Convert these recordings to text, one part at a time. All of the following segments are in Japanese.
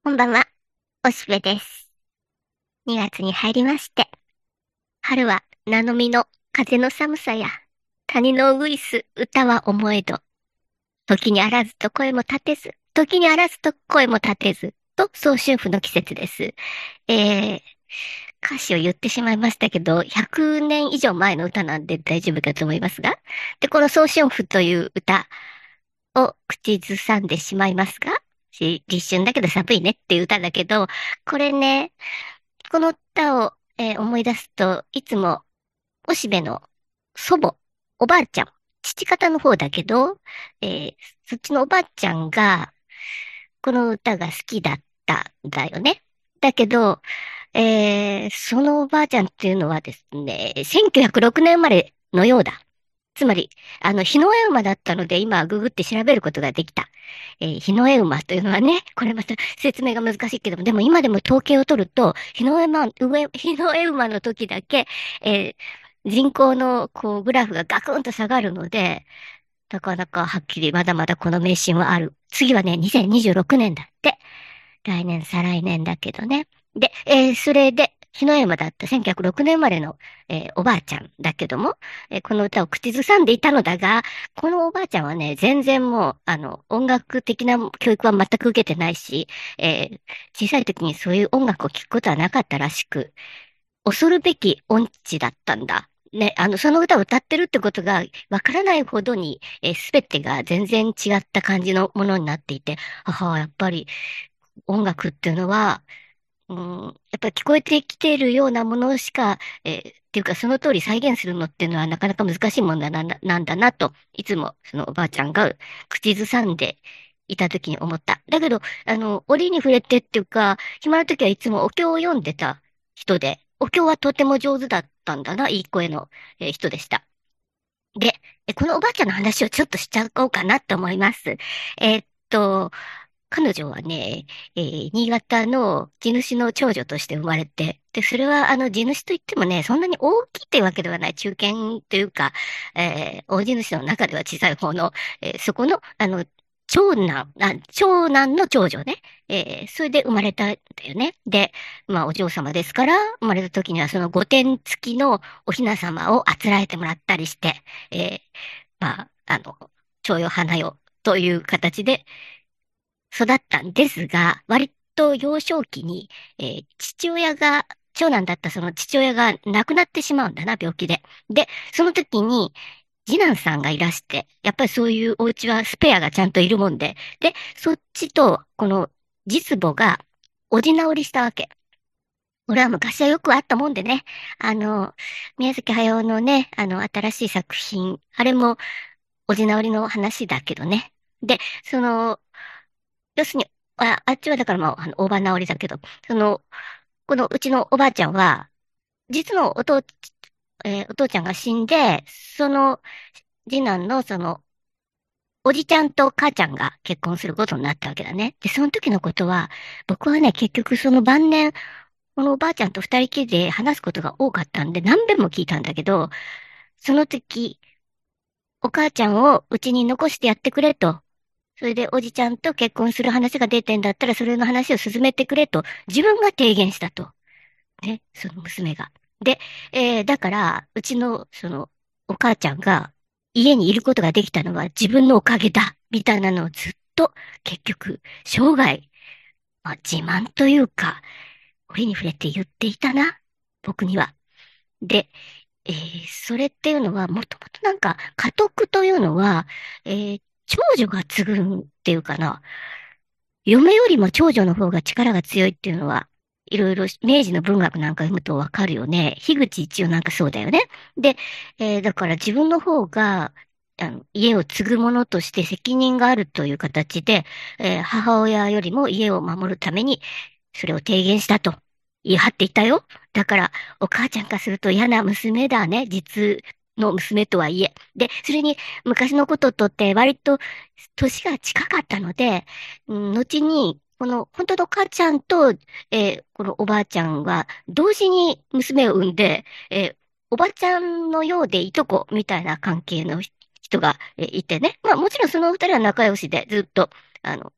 こんばんは、おしべです。2月に入りまして、春は名の実の風の寒さや、谷のうぐいす歌は思えど、時にあらずと声も立てず、時にあらずと声も立てず、と早春風の季節です。えー、歌詞を言ってしまいましたけど、100年以上前の歌なんで大丈夫かと思いますが。で、この早春風という歌を口ずさんでしまいますが、立春だけど寒いねっていう歌だけど、これね、この歌を、思い出すと、いつも、おしべの祖母、おばあちゃん、父方の方だけど、えーそっちのおばあちゃんが、この歌が好きだったんだよね。だけど、そのおばあちゃんっていうのはですね、1906年生まれのようだ。つまり、日の絵馬だったので、今、ググって調べることができた。日の絵馬というのはね、これまた説明が難しいけども、でも今でも統計を取ると、日の絵馬の時だけ、人口の、こう、グラフがガクンと下がるので、なかなかはっきりまだまだこの迷信はある。次はね、2026年だって。来年、再来年だけどね。で、それで、日の山だった1906年生まれの、おばあちゃんだけども、この歌を口ずさんでいたのだが、このおばあちゃんはね、全然もう、音楽的な教育は全く受けてないし、小さい時にそういう音楽を聴くことはなかったらしく、恐るべき音痴だったんだ。ね、その歌を歌ってるってことがわからないほどに、すべてが全然違った感じのものになっていて、母はやっぱり音楽っていうのは、やっぱり聞こえてきているようなものしか、っていうかその通り再現するのっていうのはなかなか難しいもんなんだなと、いつもそのおばあちゃんが口ずさんでいた時に思った。だけど、折に触れてっていうか、暇な時はいつもお経を読んでた人で、お経はとても上手だったんだな、いい声の、人でした。で、このおばあちゃんの話をちょっとしちゃおうかなと思います。えーっと、彼女はね、新潟の地主の長女として生まれて、で、それは地主といってもね、そんなに大きいっていうわけではない、中堅というか、大地主の中では小さい方の、そこの、長男の長女ね。それで生まれたんだよね。で、まあ、お嬢様ですから、生まれた時にはその御殿付きのお雛様をあつらえてもらったりして、まあ、徴用花よという形で、育ったんですが、割と幼少期に、長男だったその父親が亡くなってしまうんだな、病気で。で、その時に、次男さんがいらして、やっぱりそういうお家はスペアがちゃんといるもんで、で、そっちと、この実母が、おじ直りしたわけ。これは昔はよくあったもんでね。あの、宮崎駿のね、新しい作品、あれも、おじ直りの話だけどね。で、要するに、あっちはだからまあ、大場直りだけど、このうちのおばあちゃんは、実のお父ちゃんが死んで、その、次男のおじちゃんと母ちゃんが結婚することになったわけだね。で、その時のことは、僕はね、結局その晩年、このおばあちゃんと二人きりで話すことが多かったんで、何遍も聞いたんだけど、その時、お母ちゃんをうちに残してやってくれと、それでおじちゃんと結婚する話が出てんだったら、それの話を進めてくれと、自分が提言したと。ね、その娘が。で、だから、うちの、お母ちゃんが家にいることができたのは自分のおかげだ、みたいなのをずっと、結局、生涯、まあ、自慢というか、折に触れて言っていたな、僕には。で、それっていうのは、もともとなんか、家督というのは、長女が継ぐっていうかな、嫁よりも長女の方が力が強いっていうのは、いろいろ明治の文学なんか読むとわかるよね。樋口一葉なんかそうだよね。で、だから自分の方が、家を継ぐ者として責任があるという形で、母親よりも家を守るために、それを提言したと言い張っていたよ。だから、お母ちゃんからすると嫌な娘だね。実の娘とはいえ。で、それに昔のこととって割と年が近かったので、後に、この本当の母ちゃんと、このおばあちゃんは同時に娘を産んで、おばちゃんのようでいとこみたいな関係の人が、いてね。まあもちろんその二人は仲良しでずっと、あの、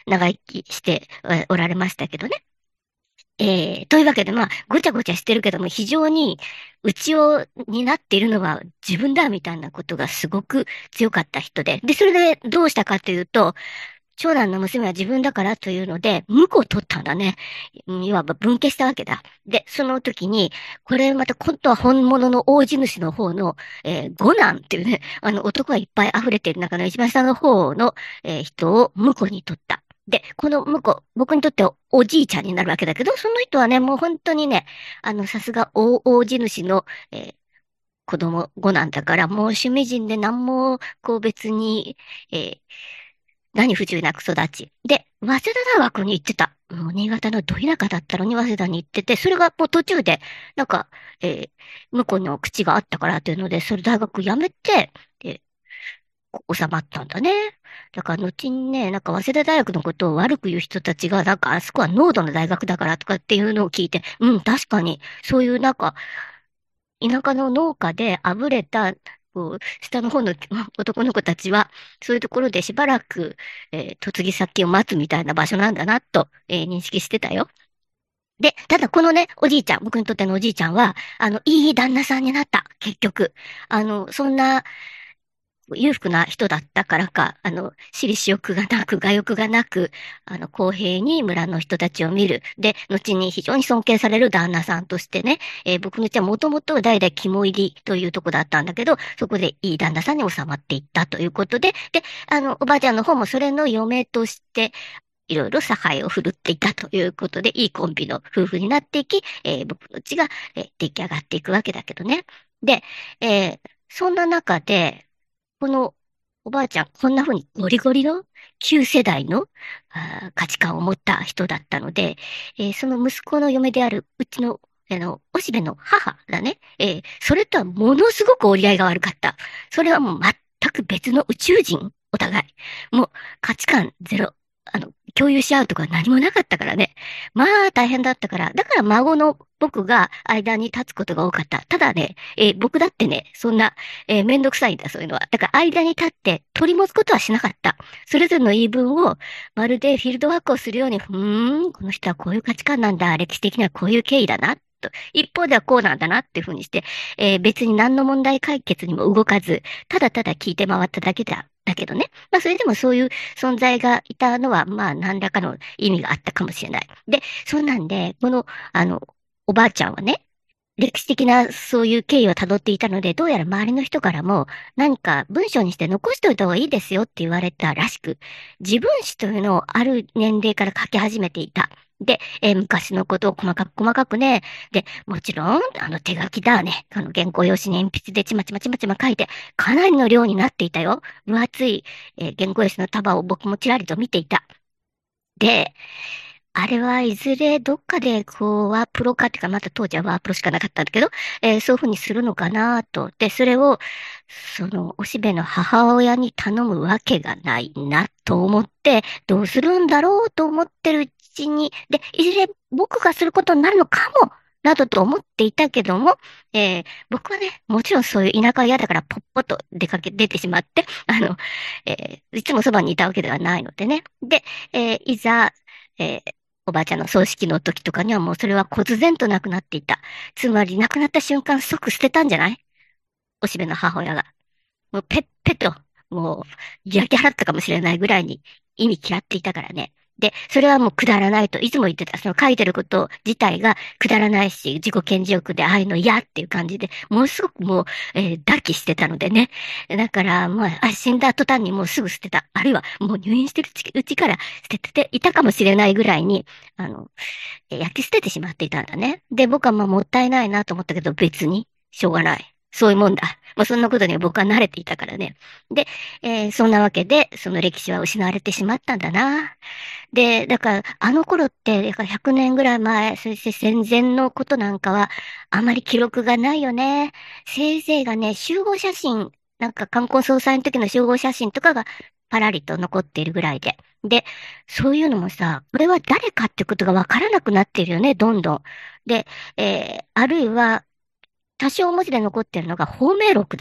長生きしておられましたけどね。というわけで、まあ、ごちゃごちゃしてるけども、非常に内を担っているのは自分だみたいなことがすごく強かった人で。で、それでどうしたかというと、長男の娘は自分だからというので、婿を取ったんだね。いわば分家したわけだ。で、その時に、これまた今度は本物の大地主の方の、五男っていうね、男がいっぱい溢れている中の一番下の方の、人を婿に取った。で、この婿、僕にとってはおじいちゃんになるわけだけど、その人はね、もう本当にね、さすが大地主の、子供、五男だから、もう趣味人で何も、こう別に、えー何不自由なく育ち。で、早稲田大学に行ってた。もう新潟のど田舎だったのに早稲田に行ってて、それがもう途中で、なんか、向こうの口があったからというので、それ大学辞めて、で、収まったんだね。だから後にね、なんか早稲田大学のことを悪く言う人たちが、なんかあそこは濃度の大学だからとかっていうのを聞いて、うん、確かに、そういうなんか、田舎の農家であぶれた、こう、下の方の男の子たちは、そういうところでしばらく、嫁ぎ先を待つみたいな場所なんだな、と、認識してたよ。で、ただこのね、おじいちゃん、僕にとってのおじいちゃんは、いい旦那さんになった、結局。そんな、裕福な人だったからか、私利私欲がなく、我欲がなく、公平に村の人たちを見る。で、後に非常に尊敬される旦那さんとしてね、僕のうちはもともと代々肝入りというとこだったんだけど、そこでいい旦那さんに収まっていったということで、で、おばあちゃんの方もそれの嫁として、いろいろ差配を振るっていたということで、いいコンビの夫婦になっていき、僕のうちが、出来上がっていくわけだけどね。で、そんな中で、このおばあちゃん、こんな風にゴリゴリの旧世代の価値観を持った人だったので、その息子の嫁であるうちの、おしべの母だね。それとはものすごく折り合いが悪かった。それはもう全く別の宇宙人、お互い。もう価値観ゼロ。共有し合うとか何もなかったからね。まあ大変だったから。だから孫の僕が間に立つことが多かった。ただね、僕だってね、そんなめんどくさいんだ、そういうのは。だから間に立って取り持つことはしなかった。それぞれの言い分をまるでフィールドワークをするように、この人はこういう価値観なんだ、歴史的にはこういう経緯だな、と。一方ではこうなんだなっていうふうにして、別に何の問題解決にも動かず、ただただ聞いて回っただけだ。だけどね。まあそれでもそういう存在がいたのは、まあ何らかの意味があったかもしれない。で、そうなんで、この、おばあちゃんはね、歴史的なそういう経緯をたどっていたので、どうやら周りの人からも何か文章にして残しておいた方がいいですよって言われたらしく、自分史というのをある年齢から書き始めていた。で、昔のことを細かく細かくね、で、もちろん、手書きだね。原稿用紙に鉛筆でちまちまちまちま書いて、かなりの量になっていたよ。分厚い、原稿用紙の束を僕もちらりと見ていた。で、あれはいずれどっかでこうワープロ化っていうか、また当時はワープロしかなかったんだけど、そういうふうにするのかなと。で、それを、その、おしべの母親に頼むわけがないなと思って、どうするんだろうと思ってるうちに、で、いずれ僕がすることになるのかも、などと思っていたけども、僕はね、もちろんそういう田舎は嫌だからポッポと出てしまって、いつもそばにいたわけではないのでね。で、いざ、えーおばあちゃんの葬式の時とかにはもうそれは忽然となくなっていた。つまり亡くなった瞬間即捨てたんじゃない、おしべの母親が。もうペッペッと、もう焼き払ったかもしれないぐらいに意味嫌っていたからね。で、それはもうくだらないといつも言ってた。その書いてること自体がくだらないし、自己顕示欲でああいうの嫌っていう感じで、ものすごくもう、脱気してたのでね。だから、まあ、死んだ途端にもうすぐ捨てた。あるいはもう入院してるうちから捨てていたかもしれないぐらいに、あの、焼き捨ててしまっていたんだね。で、僕はまあもったいないなと思ったけど別にしょうがない。そういうもんだ。まあそんなことには僕は慣れていたからね。で、そんなわけで、その歴史は失われてしまったんだな。で、だから、あの頃って、だから100年ぐらい前、そして戦前のことなんかは、あまり記録がないよね。せいぜいがね、集合写真、なんか冠婚葬祭の時の集合写真とかがパラリと残っているぐらいで。で、そういうのもさ、これは誰かってことがわからなくなっているよね、どんどん。で、あるいは、多少文字で残ってるのが芳名録だ。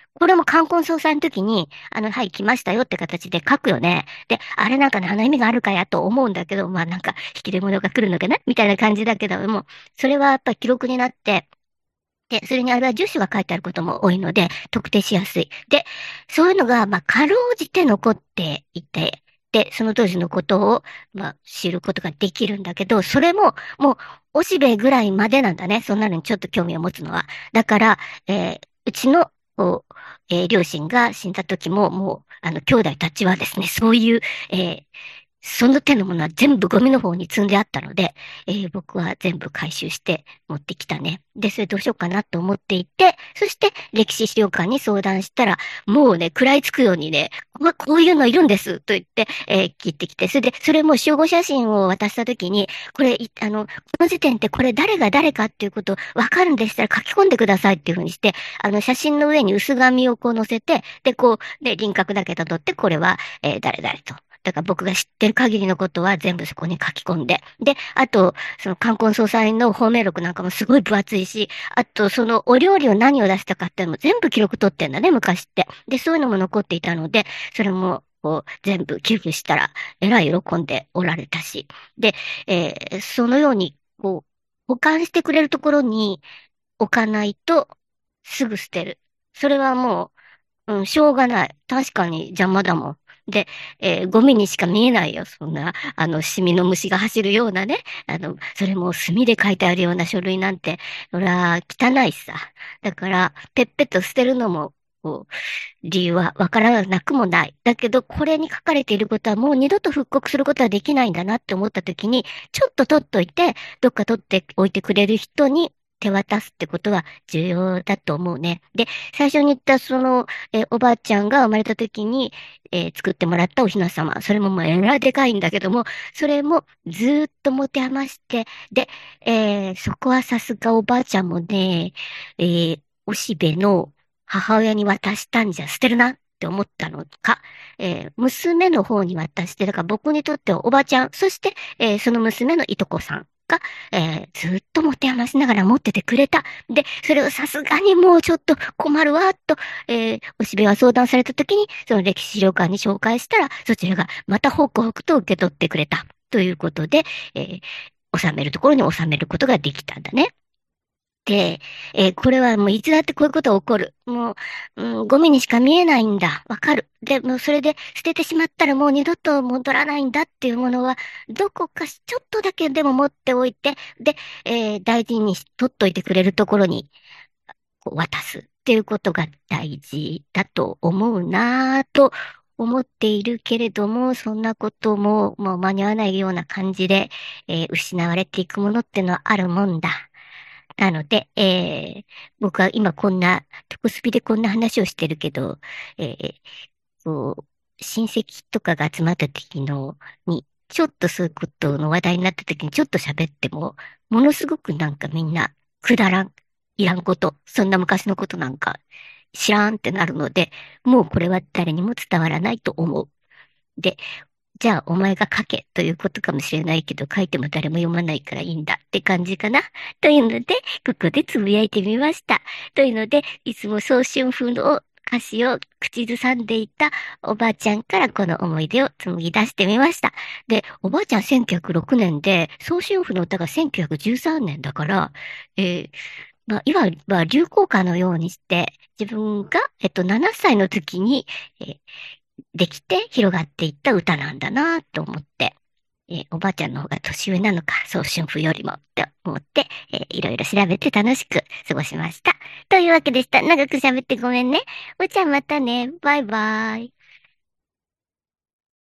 これも冠婚葬祭の時に、はい、来ましたよって形で書くよね。で、あれなんか何の意味があるかやと思うんだけど、まあなんか、引き出物が来るのかなみたいな感じだけども、それはやっぱり記録になって、で、それにあれは住所が書いてあることも多いので、特定しやすい。で、そういうのが、まあ、かろうじて残っていて、で、その当時のことを、まあ、知ることができるんだけど、それも、もう、おしべぐらいまでなんだね。そんなのにちょっと興味を持つのは。だから、うちの、両親が死んだ時も、もう、兄弟たちはですね、そういう、えーその手のものは全部ゴミの方に積んであったので、僕は全部回収して持ってきたね。で、それどうしようかなと思っていて、そして歴史資料館に相談したら、もうね、食らいつくようにね、こういうのいるんですと言って、聞いてきて、それで、それも集合写真を渡したときに、これ、この時点でこれ誰が誰かっていうことわかるんでしたら書き込んでくださいっていうふうにして、写真の上に薄紙をこう載せて、で、こう、で、輪郭だけたどって、これは、誰々と。だから僕が知ってる限りのことは全部そこに書き込んで。で、あと、その冠婚葬祭の芳名録なんかもすごい分厚いし、あとそのお料理を何を出したかっていうのも全部記録取ってんだね、昔って。で、そういうのも残っていたので、それもこう全部寄付したら、えらい喜んでおられたし。で、そのように、こう、保管してくれるところに置かないとすぐ捨てる。それはもう、うん、しょうがない。確かに邪魔だもん。で、ゴミにしか見えないよ。そんな、シミの虫が走るようなね。それも墨で書いてあるような書類なんて、ほら、汚いしさ。だから、ペッペッと捨てるのも、こう、理由はわからなくもない。だけど、これに書かれていることはもう二度と復刻することはできないんだなって思った時に、ちょっと取っといて、どっか取っておいてくれる人に手渡すってことは重要だと思うね。で、最初に言ったその、おばあちゃんが生まれた時に、作ってもらったお雛様。それももうえらいでかいんだけども、それもずーっと持て余して、で、そこはさすがおばあちゃんもね、おしべの母親に渡したんじゃ捨てるなって思ったのか、娘の方に渡して、だから僕にとってはおばちゃん、そして、その娘のいとこさんが、ずっと持て余しながら持っててくれた。で、それをさすがにもうちょっと困るわ、と、おしべは相談された時に、その歴史資料館に紹介したら、そちらがまたホクホクと受け取ってくれた。ということで、収めるところに収めることができたんだね。で、これはもういつだってこういうことが起こる。もう、ゴミにしか見えないんだ。わかる。で、もうそれで捨ててしまったらもう二度と戻らないんだっていうものは、どこかちょっとだけでも持っておいて、で、大事に取っといてくれるところにこう渡すっていうことが大事だと思うなぁと思っているけれども、そんなことももう間に合わないような感じで、失われていくものってのはあるもんだ。なので、僕は今こんな、トスピでこんな話をしてるけど、えーこ親戚とかが集まった時に、ちょっとそういうことの話題になった時にちょっと喋っても、ものすごくなんかみんな、くだらん、いらんこと、そんな昔のことなんか知らんってなるので、もうこれは誰にも伝わらないと思う。で、じゃあお前が書けということかもしれないけど、書いても誰も読まないからいいんだって感じかな。というので、ここでつぶやいてみました。というので、いつも早春風の歌詞を口ずさんでいたおばあちゃんからこの思い出を紡ぎ出してみました。で、おばあちゃん1906年で、早春風の歌が1913年だから、えーまあ、今は流行歌のようにして、自分が、7歳の時に、えーできて広がっていった歌なんだなと思って、おばあちゃんの方が年上なのか、早春風よりもって思って、いろいろ調べて楽しく過ごしました。というわけでした。長く喋ってごめんね。おちゃんまたね。バイバイ。